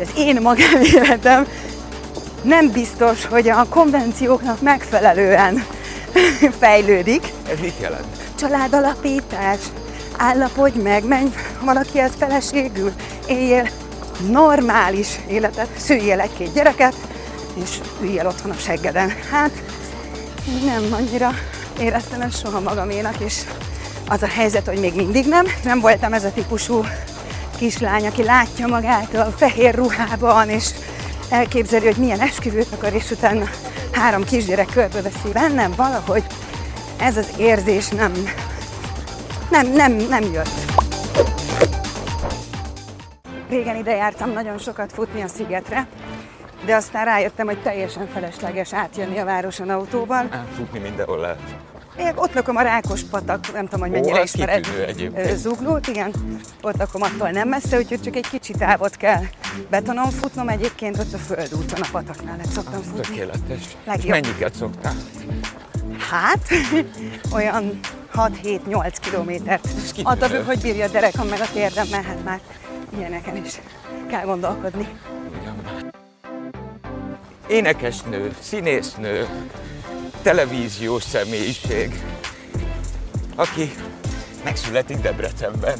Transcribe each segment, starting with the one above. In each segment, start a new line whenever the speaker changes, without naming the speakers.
az én magánéletem nem biztos, hogy a konvencióknak megfelelően fejlődik.
Ez mit jelent?
Családalapítás, állapodj meg, menj valakihez feleségül, éljél normális életet, szüljél egy-két gyereket, és üljél otthon a seggeden. Hát nem annyira éreztem ezt soha magaménak, és az a helyzet, hogy még mindig nem voltam ez a típusú kislány, aki látja magát a fehér ruhában, és elképzeli, hogy milyen esküvőt akar, és utána 3 kisgyerek körbeveszi bennem. Valahogy ez az érzés nem jött. Régen ide jártam nagyon sokat futni a szigetre, de aztán rájöttem, hogy teljesen felesleges átjönni a városon autóval.
Futni mindenhol lehet.
Én ott lakom a Rákospatak, nem tudom, hogy mennyire ismered Zuglót, igen. Ott lakom attól nem messze, úgyhogy csak egy kicsi távot kell betonon futnom, egyébként ott a földúton, a pataknál szoktam futni.
Tökéletes.
Legjobb.
És mennyiket szoktál?
Hát, olyan 6-7-8 kilométert. Attól függ, hogy bírja a derekam meg a térdem, mert hát már ilyeneken is kell gondolkodni.
Énekesnő, színésznő, televíziós személyiség, aki megszületik Debrecenben.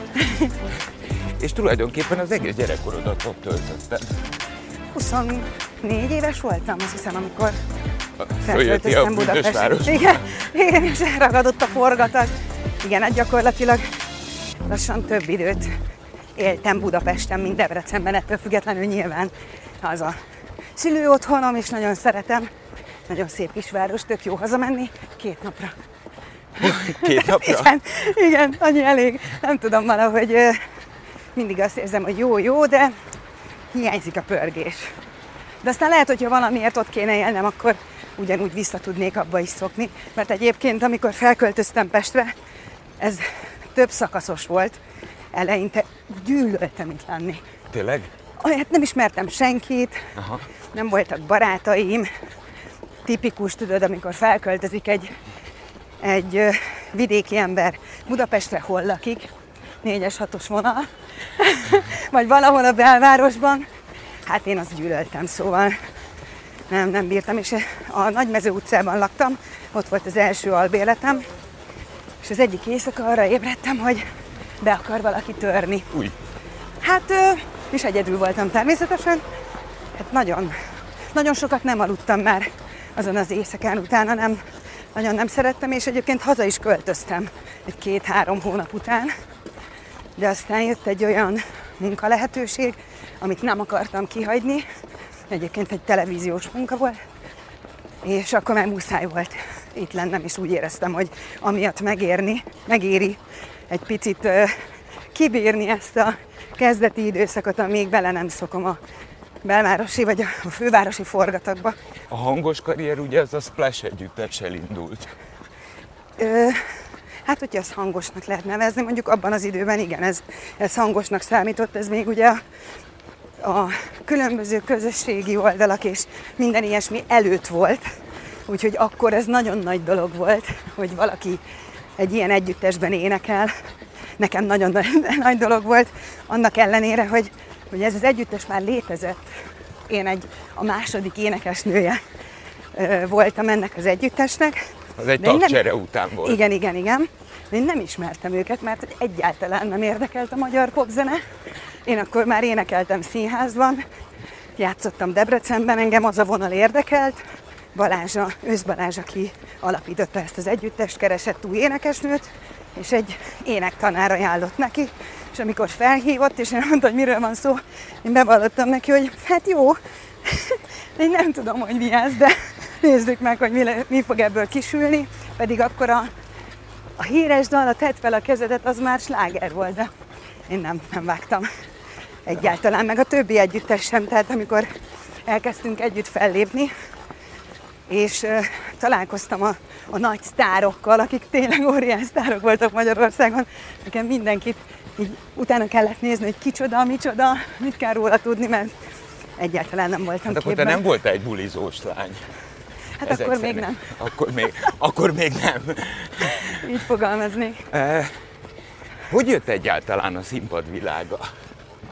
És tulajdonképpen az egész gyerekkorodat ott töltötted.
24 éves voltam, azt hiszem, amikor
felköltöztem
a Budapestre. Igen, és elragadott a forgatag. Igen, hát gyakorlatilag lassan több időt éltem Budapesten, mint Debrecenben, ettől függetlenül nyilván az a szülő otthonom, és nagyon szeretem. Nagyon szép kisváros, tök jó hazamenni 2 napra.
2 napra?
Igen, annyi elég. Nem tudom, valahogy mindig azt érzem, hogy jó, de hiányzik a pörgés. De aztán lehet, hogyha valamiért ott kéne élnem, akkor ugyanúgy vissza tudnék abba is szokni. Mert egyébként, amikor felköltöztem Pestre, ez több szakaszos volt. Eleinte gyűlöltem itt lenni.
Tényleg?
Hát nem ismertem senkit,
Aha.
Nem voltak barátaim. Tipikus, tudod, amikor felköltözik egy vidéki ember Budapestre, hol lakik, 4-es, 6-os vonal, vagy valahol a belvárosban. Hát én azt gyűlöltem, szóval nem bírtam, és a Nagymező utcában laktam, ott volt az első albérletem, és az egyik éjszaka arra ébredtem, hogy be akar valaki törni.
Új.
Hát, és egyedül voltam természetesen, hát nagyon sokat nem aludtam már azon az éjszakán, utána nagyon nem szerettem, és egyébként haza is költöztem egy 2-3 hónap után, de aztán jött egy olyan munkalehetőség, amit nem akartam kihagyni, egyébként egy televíziós munka volt, és akkor már muszáj volt itt lennem, és úgy éreztem, hogy amiatt megéri egy picit kibírni ezt a kezdeti időszakot, amíg bele nem szokom a belvárosi vagy a fővárosi forgatagba.
A hangos karrier ugye ez a Splash együttessel indult.
Hát, hogyha ezt hangosnak lehet nevezni, mondjuk abban az időben igen, ez hangosnak számított, ez még ugye a különböző közösségi oldalak és minden ilyesmi előtt volt, úgyhogy akkor ez nagyon nagy dolog volt, hogy valaki egy ilyen együttesben énekel. Nekem nagyon nagy dolog volt, annak ellenére, hogy ez az együttes már létezett. Én a második énekesnője voltam ennek az együttesnek.
Az egy tagcsere után volt.
Igen. De én nem ismertem őket, mert egyáltalán nem érdekelt a magyar popzene. Én akkor már énekeltem színházban, játszottam Debrecenben, engem az a vonal érdekelt. Ősz Balázs, aki alapította ezt az együttest, keresett új énekesnőt, és egy énektanár ajánlott neki, és amikor felhívott, és én mondta, hogy miről van szó, én bevallottam neki, hogy hát jó, én nem tudom, hogy mi ez, de nézzük meg, hogy mi fog ebből kisülni, pedig akkor a híres dal, a Tedd fel a kezedet, az már sláger volt, de én nem vágtam egyáltalán, meg a többi együttes sem, tehát amikor elkezdtünk együtt fellépni, és találkoztam a nagy sztárokkal, akik tényleg óriás sztárok voltak Magyarországon. Nekem mindenkit így utána kellett nézni, hogy kicsoda, micsoda, mit kell róla tudni, mert egyáltalán nem voltam
hát
képben.
akkor te nem voltál egy bulizós lány.
Hát akkor még nem.
Akkor még nem.
Így fogalmaznék.
Hogy jött egyáltalán a színpad világa?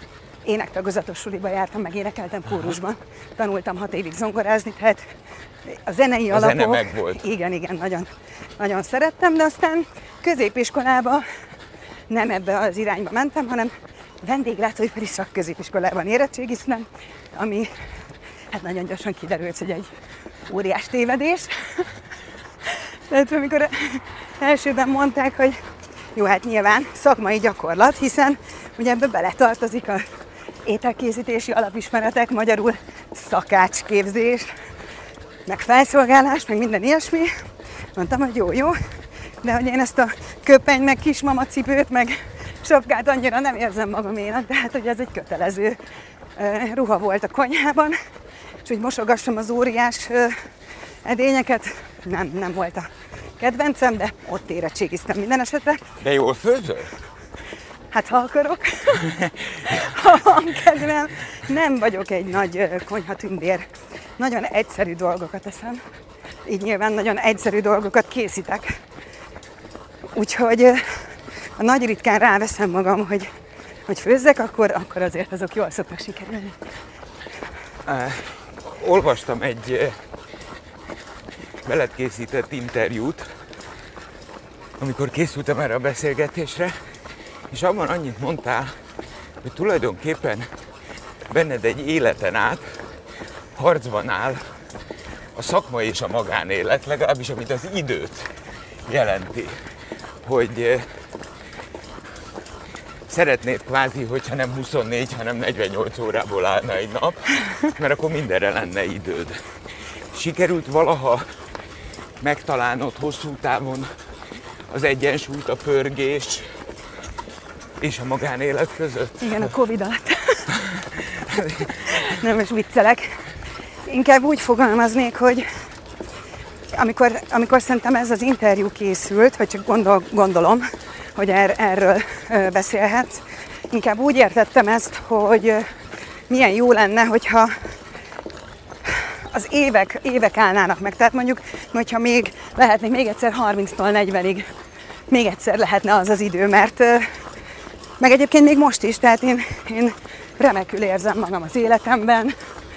énektagozatos suliba jártam, meg énekeltem kórusban. Tanultam 6 évig zongorázni, tehát a zenei alapok...
zene megvolt.
Igen, nagyon, nagyon szerettem, de aztán középiskolába nem ebbe az irányba mentem, hanem vendéglátóipari szakközépiskolában érettségiztem, ami hát nagyon gyorsan kiderült, hogy egy óriás tévedés. Tehát amikor elsőben mondták, hogy jó, hát nyilván szakmai gyakorlat, hiszen ugye ebbe beletartozik az ételkészítési alapismeretek, magyarul szakácsképzés, meg felszolgálás, meg minden ilyesmi. Mondtam, hogy jó, de hogy én ezt a köpeny, meg kismama cipőt, meg sapkát annyira nem érzem magaménak, de hát hogy ez egy kötelező ruha volt a konyhában, és hogy mosogassam az óriás edényeket, nem volt a kedvencem, de ott érettségiztem minden esetre.
De jól főzöl?
Hát ha akarok, ha van kedvem, nem vagyok egy nagy konyhatündér. Nagyon egyszerű dolgokat eszem, így nyilván nagyon egyszerű dolgokat készítek. Úgyhogy a nagy ritkán ráveszem magam, hogy főzzek, akkor azért azok jól szoktak sikerülni.
Olvastam egy veled készített interjút, amikor készültem erre a beszélgetésre, és abban annyit mondtál, hogy tulajdonképpen benned egy életen át harcban áll a szakma és a magánélet, legalábbis amit az időt jelenti, hogy szeretnéd kvázi, hogyha nem 24, hanem 48 órából állna egy nap, mert akkor mindenre lenne időd. Sikerült valaha megtalálnod hosszú távon az egyensúlyt, a pörgés és a magánélet között?
Igen, a Covid alatt. Nem, és viccelek. Inkább úgy fogalmaznék, hogy amikor szerintem ez az interjú készült, vagy csak gondolom, hogy erről beszélhetsz, inkább úgy értettem ezt, hogy milyen jó lenne, hogyha az évek állnának meg. Tehát mondjuk, hogyha még lehetnék még egyszer 30-tól 40-ig, még egyszer lehetne az az idő, mert meg egyébként még most is, tehát én remekül érzem magam az életemben.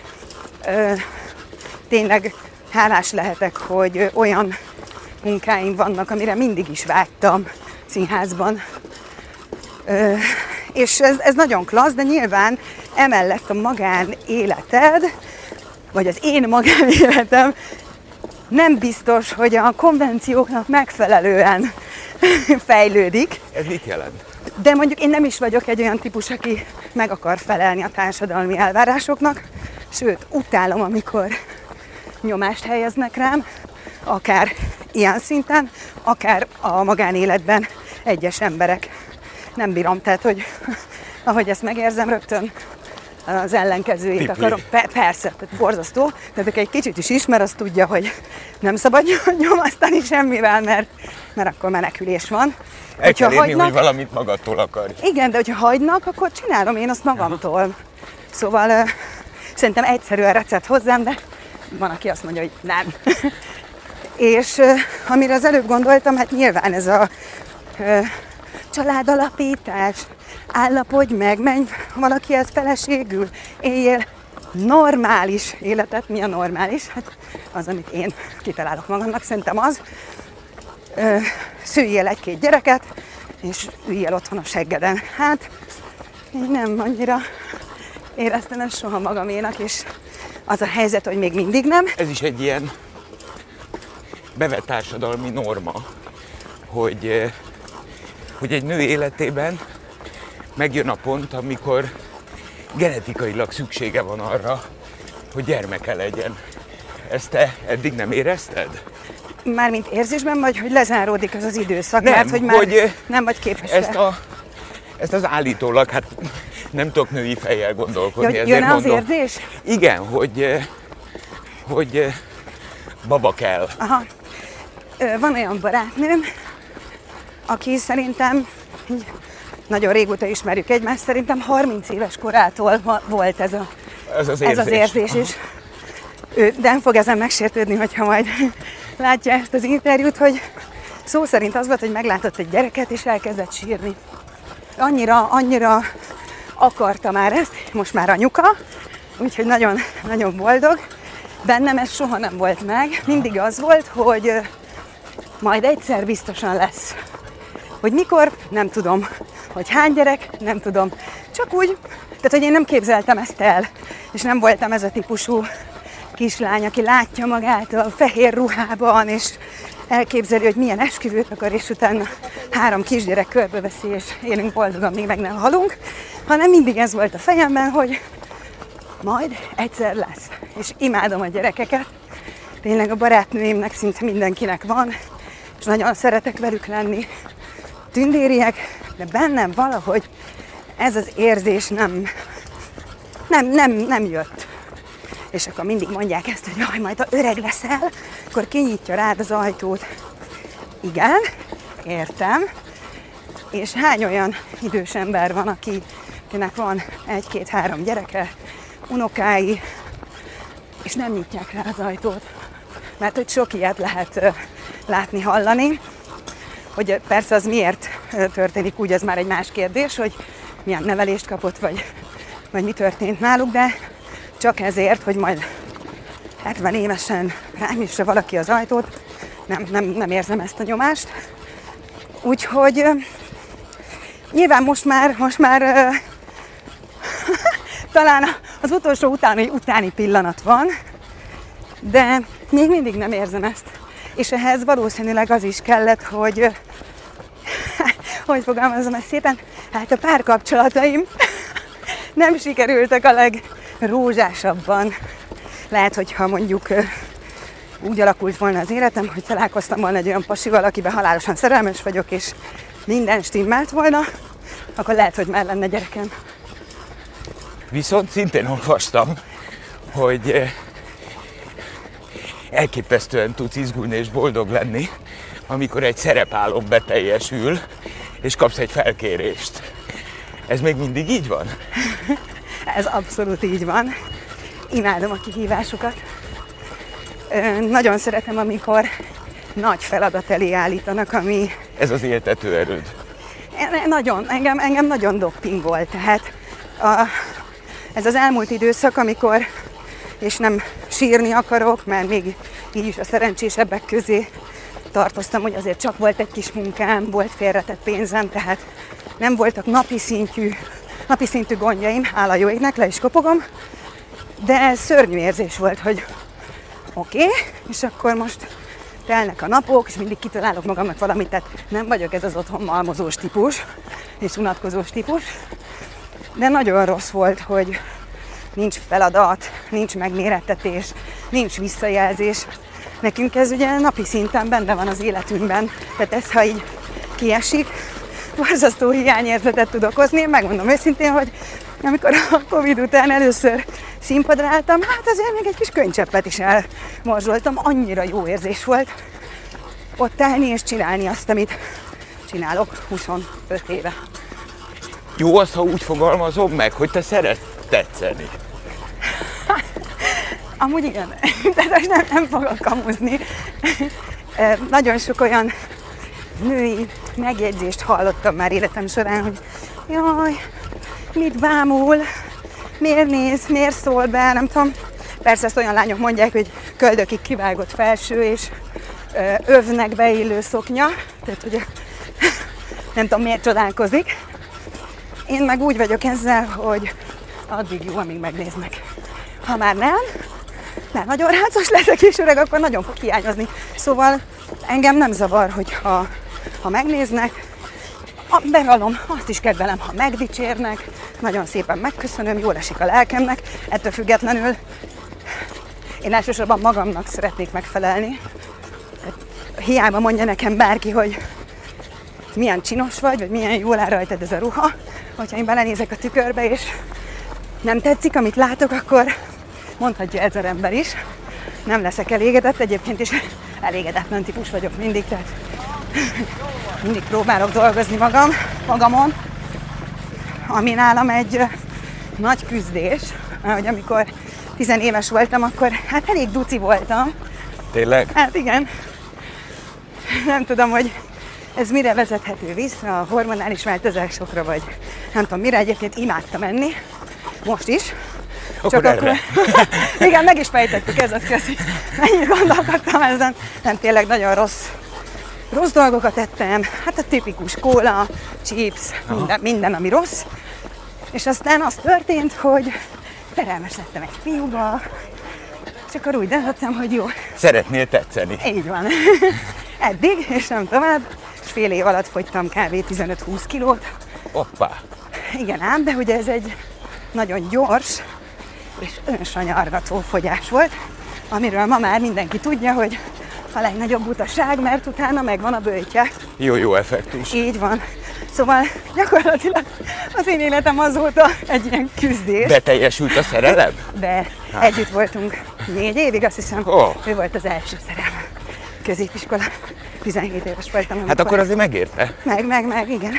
Tényleg hálás lehetek, hogy olyan munkáim vannak, amire mindig is vágytam színházban. És ez nagyon klassz, de nyilván emellett a magánéleted, vagy az én magánéletem nem biztos, hogy a konvencióknak megfelelően fejlődik.
Ez mit jelent?
De mondjuk én nem is vagyok egy olyan típus, aki meg akar felelni a társadalmi elvárásoknak, sőt, utálom, amikor nyomást helyeznek rám, akár ilyen szinten, akár a magánéletben egyes emberek. Nem bírom, tehát, hogy ahogy ezt megérzem, rögtön az ellenkezőjét akarom. Persze, tehát borzasztó. Tehát aki egy kicsit is ismer, az tudja, hogy nem szabad nyomasztani semmivel, mert akkor menekülés van.
El kell érni, hogy valamit magadtól akarj.
Igen, de hogyha hagynak, akkor csinálom én azt magamtól. Szóval szerintem egyszerű a recept hozzám, de van, aki azt mondja, hogy nem. És amire az előbb gondoltam, hát nyilván ez a családalapítás, állapodj meg, menj valakihez feleségül, éljél normális életet. Mi a normális? Hát az, amit én kitalálok magamnak, szerintem az. Szüljél egy-két gyereket, és üljél otthon a seggeden. Hát én nem annyira éreztem ezt soha magaménak, és az a helyzet, hogy még mindig nem.
Ez is egy ilyen bevett társadalmi norma, hogy egy nő életében megjön a pont, amikor genetikailag szüksége van arra, hogy gyermeke legyen. Ezt te eddig nem érezted?
Mármint érzésben, vagy hogy lezáródik az időszak, nem, mert hogy már hogy nem vagy képes
ezt az állítólag, hát nem tudok női fejjel gondolkodni.
Ja, jön az érzés?
Igen, hogy baba kell.
Aha. Van olyan barátnőm, aki szerintem, nagyon régóta ismerjük egymást, szerintem 30 éves korától volt ez az érzés is. Ő nem fog ezen megsértődni, hogyha majd látja ezt az interjút, hogy szó szerint az volt, hogy meglátott egy gyereket, és elkezdett sírni. Annyira akarta már ezt, most már anyuka, úgyhogy nagyon, nagyon boldog. Bennem ez soha nem volt meg, mindig az volt, hogy majd egyszer biztosan lesz. Hogy mikor, nem tudom. Hogy hány gyerek, nem tudom. Csak úgy, tehát hogy én nem képzeltem ezt el, és nem voltam ez a típusú kislány, aki látja magát a fehér ruhában, és elképzeli, hogy milyen esküvőt akar, és utána 3 kisgyerek körbeveszi, és élünk boldogan, még meg nem halunk, hanem mindig ez volt a fejemben, hogy majd egyszer lesz. És imádom a gyerekeket. Tényleg a barátnőimnek szinte mindenkinek van, és nagyon szeretek velük lenni. Tündériek, de bennem valahogy ez az érzés nem jött. És akkor mindig mondják ezt, hogy jaj, majd ha öreg leszel, akkor kinyitja rád az ajtót. Igen, értem. És hány olyan idős ember van, akinek van 1-2-3 gyereke, unokái, és nem nyitják rá az ajtót. Mert hogy sok ilyet lehet látni, hallani. Hogy persze az miért történik úgy, az már egy más kérdés, hogy milyen nevelést kapott, vagy mi történt náluk, de csak ezért, hogy majd 70 évesen rányissa valaki az ajtót, nem érzem ezt a nyomást. Úgyhogy nyilván most már talán az utolsó utáni pillanat van, de még mindig nem érzem ezt. És ehhez valószínűleg az is kellett, hogy fogalmazom ezt szépen, hát a párkapcsolataim nem sikerültek a legrózsásabban. Lehet, hogyha mondjuk úgy alakult volna az életem, hogy találkoztam volna egy olyan pasival, akiben halálosan szerelmes vagyok, és minden stimmelt volna, akkor lehet, hogy már lenne gyerekem.
Viszont szintén olvastam, hogy elképesztően tudsz izgulni és boldog lenni, amikor egy szerepálom beteljesül, és kapsz egy felkérést. Ez még mindig így van?
Ez abszolút így van. Imádom a kihívásokat. Nagyon szeretem, amikor nagy feladat elé állítanak, ami...
Ez az éltető erőd.
Engem nagyon doppingol. Tehát ez az elmúlt időszak, amikor, és nem sírni akarok, mert még így is a szerencsésebbek közé tartoztam, hogy azért csak volt egy kis munkám, volt félretett pénzem, tehát nem voltak napi szintű gondjaim, hála jó égnek, le is kopogom, de ez szörnyű érzés volt, hogy oké, és akkor most telnek a napok, és mindig kitalálok magamnak valamit, tehát nem vagyok ez az otthon malmozós típus, és unatkozós típus, de nagyon rossz volt, hogy nincs feladat, nincs megmérettetés, nincs visszajelzés. Nekünk ez ugye napi szinten benne van az életünkben, tehát ez, ha így kiesik, borzasztó hiányérzetet tud okozni. Én megmondom őszintén, hogy amikor a Covid után először színpadra álltam, hát azért még egy kis könycseppet is elmorzsoltam, annyira jó érzés volt ott állni és csinálni azt, amit csinálok 25 éve.
Jó az, ha úgy fogalmazom meg, hogy te szeretsz tetszeni.
Amúgy igen, de nem fogok kamuzni. Nagyon sok olyan női megjegyzést hallottam már életem során, hogy jaj, mit bámul, miért néz, miért szól be, nem tudom. Persze ezt olyan lányok mondják, hogy köldökig kivágott felső és övnek beillő szoknya, tehát hogy nem tudom miért csodálkozik. Én meg úgy vagyok ezzel, hogy addig jó, amíg megnéznek. Ha már nem nagyon rácos leszek és öreg, akkor nagyon fog hiányozni. Szóval engem nem zavar, hogy ha megnéznek, bevallom, azt is kedvelem, ha megdicsérnek, nagyon szépen megköszönöm, jól esik a lelkemnek, ettől függetlenül én elsősorban magamnak szeretnék megfelelni. Hiába mondja nekem bárki, hogy milyen csinos vagy milyen jól áll rajtad ez a ruha, hogyha én belenézek a tükörbe és nem tetszik, amit látok, akkor mondhatja ez az ember is. Nem leszek elégedett, egyébként is elégedetlen típus vagyok mindig, tehát mindig próbálok dolgozni magamon, ami nálam egy nagy küzdés, hogy amikor 10 éves voltam, akkor hát elég duci voltam.
Tényleg?
Hát igen. Nem tudom, hogy ez mire vezethető vissza, a hormonális változásokra, vagy nem tudom mire, egyébként imádtam enni, most is.
Akkor erre.
Igen, meg is fejtettük, ez az köszi. Mennyit gondolkodtam ezen. Nem, tényleg nagyon rossz dolgokat ettem. Hát a tipikus kóla, chips, minden, ami rossz. És aztán az történt, hogy szerelmes lettem egy fiúba, és akkor úgy döntöttem, hogy jó.
Szeretnél tetszeni.
Így van. Eddig, és nem tovább. És fél év alatt fogytam kb. 15-20 kilót.
Hoppá.
Igen ám, de ugye ez egy nagyon gyors és önsanyargató fogyás volt, amiről ma már mindenki tudja, hogy a legnagyobb butaság, mert utána megvan a böjtje.
Jó effektus.
Így van. Szóval gyakorlatilag az én életem azóta egy ilyen küzdés.
Beteljesült a szerelem?
De együtt voltunk 4 évig, azt hiszem, ő volt az első szerelem. Középiskola, 17 éves voltam. Amikor...
Hát akkor azért megérte.
Meg, igen.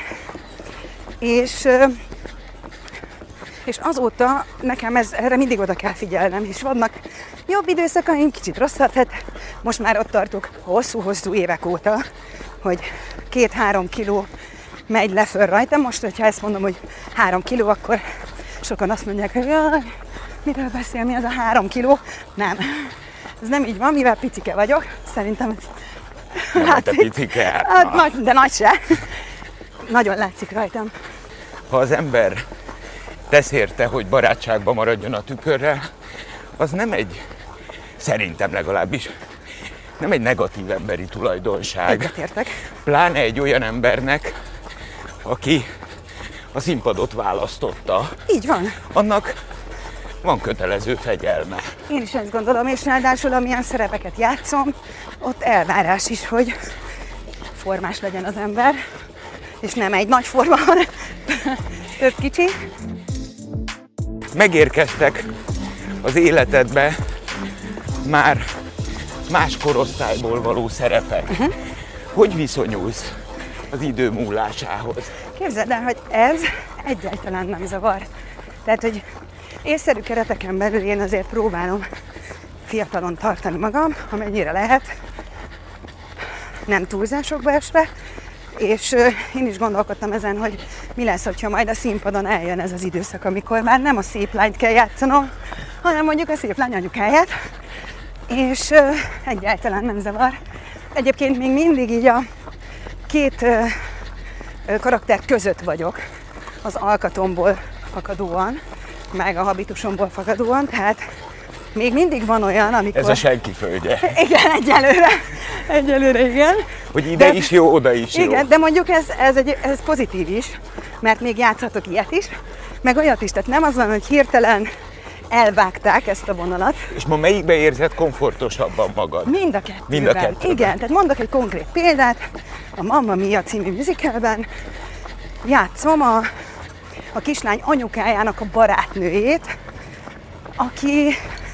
És azóta nekem erre mindig oda kell figyelnem, és vannak jobb időszakaim, kicsit rosszabb, hát most már ott tartok hosszú évek óta, hogy 2-3 kiló megy le föl rajtam. Most, hogyha ezt mondom, hogy 3 kiló, akkor sokan azt mondják, hogy jaj, miről beszél, mi az a 3 kiló? Nem, ez nem így van, mivel picike vagyok, szerintem ez
látszik. Te picike,
hát, de nagy se. Nagyon látszik rajtam.
Ha az ember tesz érte, hogy barátságban maradjon a tükörrel, az nem egy, szerintem legalábbis, nem egy negatív emberi tulajdonság.
Egyetértek.
Pláne egy olyan embernek, aki a színpadot választotta.
Így van.
Annak van kötelező fegyelme.
Én is ezt gondolom, és ráadásul amilyen szerepeket játszom, ott elvárás is, hogy formás legyen az ember, és nem egy nagy forma, hanem több kicsi.
Megérkeztek az életedbe már más korosztályból való szerepek. Hogy viszonyulsz az idő múlásához?
Képzeld el, hogy ez egyáltalán nem zavar. Tehát, hogy észszerű kereteken belül én azért próbálom fiatalon tartani magam, amennyire lehet, nem túlzásokba esve, és én is gondolkodtam ezen, hogy mi lesz, hogyha majd a színpadon eljön ez az időszak, amikor már nem a szép lányt kell játszanom, hanem mondjuk a szép lány anyukáját, és egyáltalán nem zavar. Egyébként még mindig így a két karakter között vagyok, az alkatomból fakadóan, meg a habitusomból fakadóan, tehát még mindig van olyan, amikor...
Ez a senki földje.
Igen, egyelőre igen.
Hogy ide is jó, oda is jó.
Igen, de mondjuk ez pozitív is, mert még játszhatok ilyet is, meg olyat is, tehát nem az van, hogy hirtelen elvágták ezt a vonalat.
És ma melyikben érzed komfortosabban magad?
Mind a kettőben. Igen, tehát mondok egy konkrét példát. A Mamma Mia című musicalben játszom a kislány anyukájának a barátnőjét, aki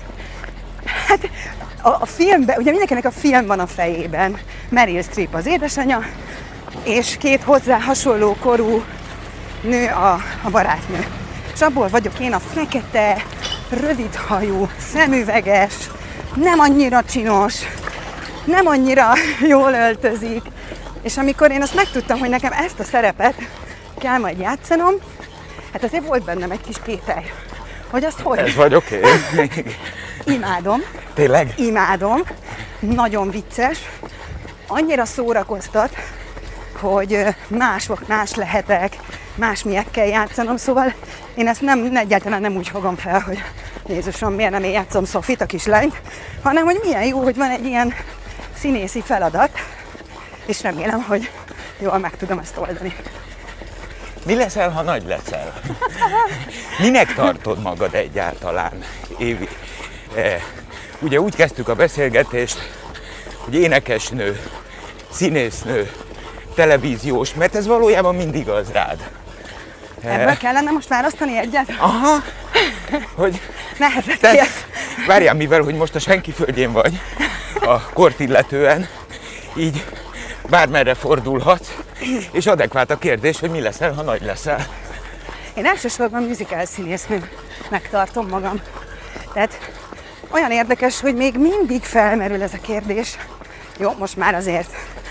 hát a filmben, ugye mindenkinek a film van a fejében, Meryl Streep az édesanyja, és két hozzá hasonló korú nő a barátnő. És abból vagyok én a fekete, rövidhajú, szemüveges, nem annyira csinos, nem annyira jól öltözik. És amikor én azt megtudtam, hogy nekem ezt a szerepet kell majd játszanom, hát azért volt bennem egy kis kételj, hogy azt hogy...
Ez vagyok én.
Imádom.
Tényleg?
Imádom. Nagyon vicces. Annyira szórakoztat, hogy más lehetek, más miekkel játszanom, szóval én ezt egyáltalán nem úgy fogom fel, hogy Jézusom, miért nem én játszom Sofit, a kislányt, hanem hogy milyen jó, hogy van egy ilyen színészi feladat, és remélem, hogy jól meg tudom ezt oldani.
Mi leszel, ha nagy leszel? Minek tartod magad egyáltalán, Évi? Ugye úgy kezdtük a beszélgetést, hogy énekesnő, színésznő, televíziós, mert ez valójában mindig az rád.
Ebből kellene most választani egyet?
Aha, hogy...
Nehezet kérsz.
Várjál, mivel hogy most a senki földjén vagy, a kort illetően, így bármerre fordulhatsz, és adekvát a kérdés, hogy mi leszel, ha nagy leszel.
Én elsősorban musical színésznőnek tartom magam. Tehát olyan érdekes, hogy még mindig felmerül ez a kérdés. Jó, most már azért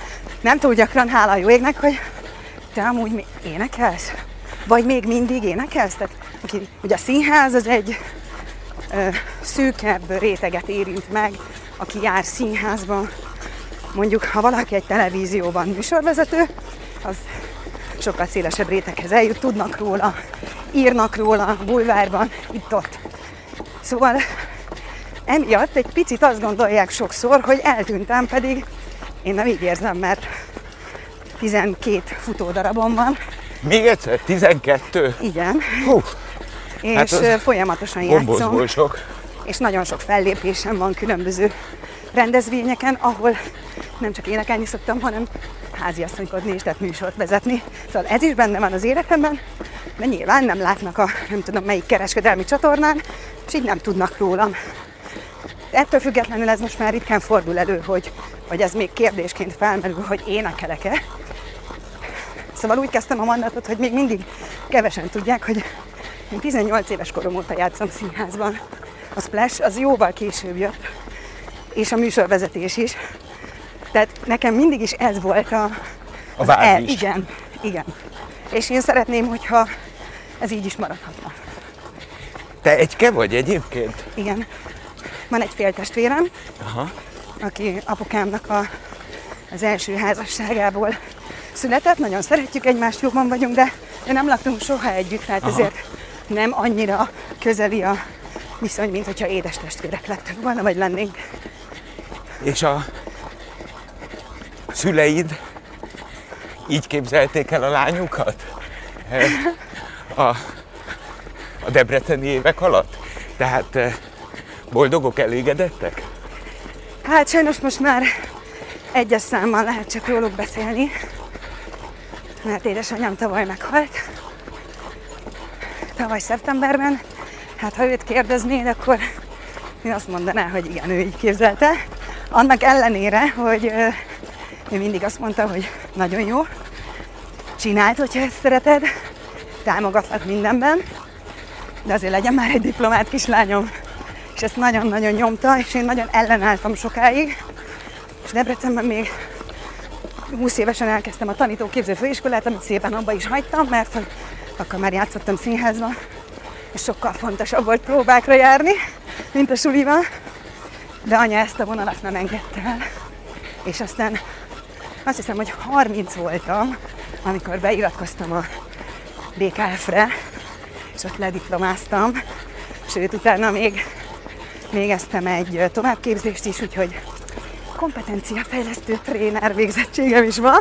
nem túl gyakran, hála a jó égnek, hogy te amúgy énekelsz? Vagy még mindig énekelsz? Tehát, ugye a színház az egy szűkebb réteget érint meg, aki jár színházban. Mondjuk, ha valaki egy televízióban műsorvezető, az sokkal szélesebb réteghez eljut, tudnak róla, írnak róla a bulvárban, itt-ott. Szóval emiatt egy picit azt gondolják sokszor, hogy eltűntem, pedig én nem így érzem, mert 12 futódarabom van.
Még egyszer? 12?
Igen.
Hú,
és
hát
folyamatosan játszom.
Sok.
És nagyon sok fellépésem van különböző rendezvényeken, ahol nem csak énekelni szoktam, hanem háziasszonykodni is, tehát műsort vezetni. Szóval ez is benne van az életemben, de nyilván nem látnak a nem tudom melyik kereskedelmi csatornán, és így nem tudnak rólam. Ettől függetlenül ez most már ritkán fordul elő, hogy ez még kérdésként felmerül, hogy énekelek-e. Szóval úgy kezdtem a mondatot, hogy még mindig kevesen tudják, hogy én 18 éves korom óta játszom színházban. A Splash az jóval később jött, és a műsorvezetés is. Tehát nekem mindig is ez volt a
bázis.
Igen. És én szeretném, hogyha ez így is maradhatna.
Te egyke vagy egyébként?
Igen. Van egy féltestvérem,
Aha.
aki apukámnak az első házasságából született. Nagyon szeretjük egymást, jóban vagyunk, de nem laktunk soha együtt, tehát ezért nem annyira közeli a viszony, mint hogyha édestestvérek lettünk volna, vagy lennénk.
És a szüleid így képzelték el a lányukat? A debreceni évek alatt? Tehát boldogok, elégedettek?
Hát sajnos most már egyes számmal lehet csak róluk beszélni, mert édesanyám tavaly meghalt. Tavaly szeptemberben. Hát ha őt kérdeznéd, akkor én azt mondaná, hogy igen, ő így képzelte. Annak ellenére, hogy ő mindig azt mondta, hogy nagyon jó, csináld, hogyha ezt szereted, támogatlak mindenben, de azért legyen már egy diplomált kislányom. És ezt nagyon-nagyon nyomta, és én nagyon ellenálltam sokáig. És Debrecenben még 20 évesen elkezdtem a tanítóképző főiskolát, amit szépen abba is hagytam, mert akkor már játszottam színházban, és sokkal fontosabb volt próbákra járni, mint a suliban. De anya ezt a vonalat nem engedte el. És aztán azt hiszem, hogy 30 voltam, amikor beiratkoztam a BKF-re, és ott lediplomáztam. Sőt, utána még végeztem egy továbbképzést is, úgyhogy kompetenciafejlesztő tréner végzettségem is van.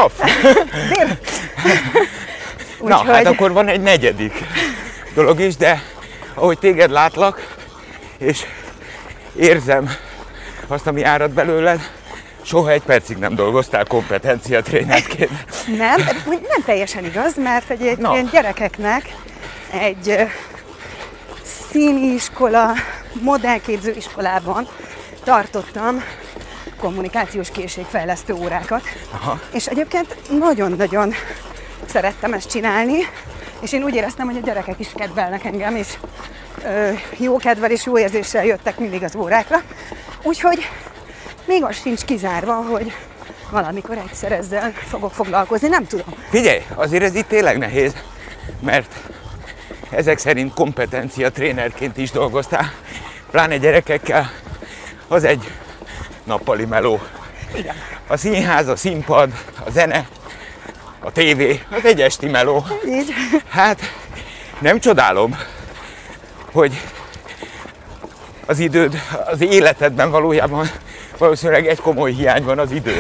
Na, hát akkor van egy negyedik dolog is, de ahogy téged látlak, és érzem azt, ami árad belőled, soha egy percig nem dolgoztál kompetenciatrénerként.
Nem teljesen igaz, mert egyébként gyerekeknek egy színiiskola, modellképző iskolában tartottam kommunikációs készségfejlesztő órákat.
Aha.
És egyébként nagyon-nagyon szerettem ezt csinálni, és én úgy éreztem, hogy a gyerekek is kedvelnek engem, és jó kedvel és jó érzéssel jöttek mindig az órákra. Úgyhogy még az sincs kizárva, hogy valamikor egyszer ezzel fogok foglalkozni, nem tudom.
Figyelj, azért ez itt tényleg nehéz, mert ezek szerint kompetencia trénerként is dolgoztál, pláne gyerekekkel, az egy nappali meló.
Igen.
A színház, a színpad, a zene, a tévé, az egy esti meló.
Így.
Hát nem csodálom, hogy az időd, az életedben valójában valószínűleg egy komoly hiány van, az idő.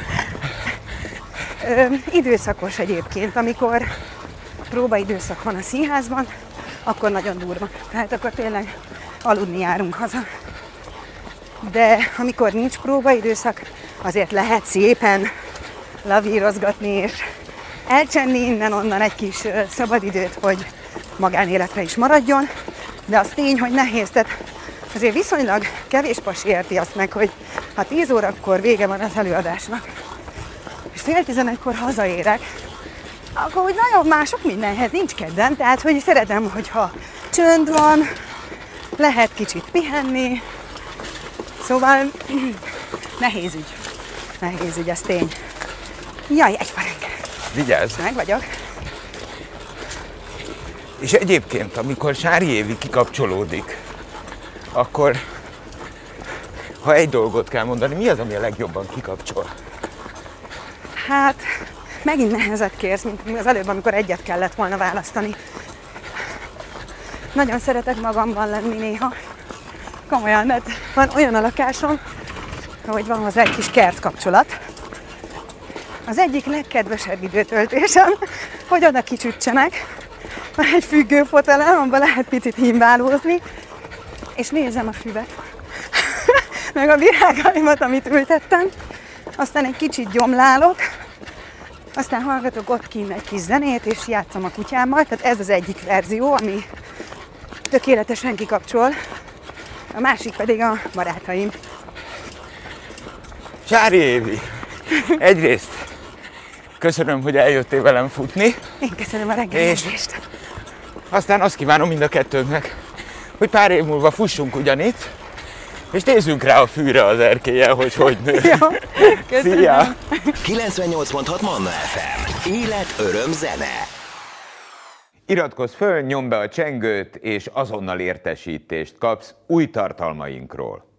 Időszakos egyébként, amikor próbaidőszak van a színházban, akkor nagyon durva. Tehát akkor tényleg aludni járunk haza. De amikor nincs próbaidőszak, azért lehet szépen lavírozgatni és elcsenni innen-onnan egy kis szabadidőt, hogy magánéletre is maradjon. De az tény, hogy nehéz. Tehát azért viszonylag kevés pasi érti azt meg, hogy ha 10 órakor vége van az előadásnak, és fél 11-kor hazaérek, akkor úgy nagyon mások mindenhez nincs kedvem, tehát hogy szeretem, hogyha csönd van, lehet kicsit pihenni, szóval nehéz ügy, ez tény. Jaj, egy farang.
Vigyázz!
Meg vagyok.
És egyébként, amikor Sári Évi kikapcsolódik, akkor ha egy dolgot kell mondani, mi az, ami a legjobban kikapcsol?
Hát, megint nehezet kérsz, mint az előbb, amikor egyet kellett volna választani. Nagyon szeretek magamban lenni néha. Komolyan, mert van olyan a lakásom, hogy van hozzá egy kis kertkapcsolat. Az egyik legkedvesebb időtöltésem, hogy oda kicsütsenek. Van egy függőfotelem, abban lehet picit himbálózni, és nézem a füvet. Meg a virágaimat, amit ültettem. Aztán egy kicsit gyomlálok, aztán hallgatok ott kint egy kis zenét, és játszom a kutyámmal. Tehát ez az egyik verzió, ami tökéletesen kikapcsol. A másik pedig a barátaim.
Sári Évi, egyrészt köszönöm, hogy eljöttél velem futni.
Én köszönöm a reggelizést.
Aztán azt kívánom mind a kettőnknek, hogy pár év múlva fussunk ugyanitt, és nézzünk rá a fűre az erkélyen, hogy nő.
Jó, köszönöm.
Szia!
98.6 Manna FM. Élet, öröm, zene.
Iratkozz föl, nyomd be a csengőt, és azonnal értesítést kapsz új tartalmainkról.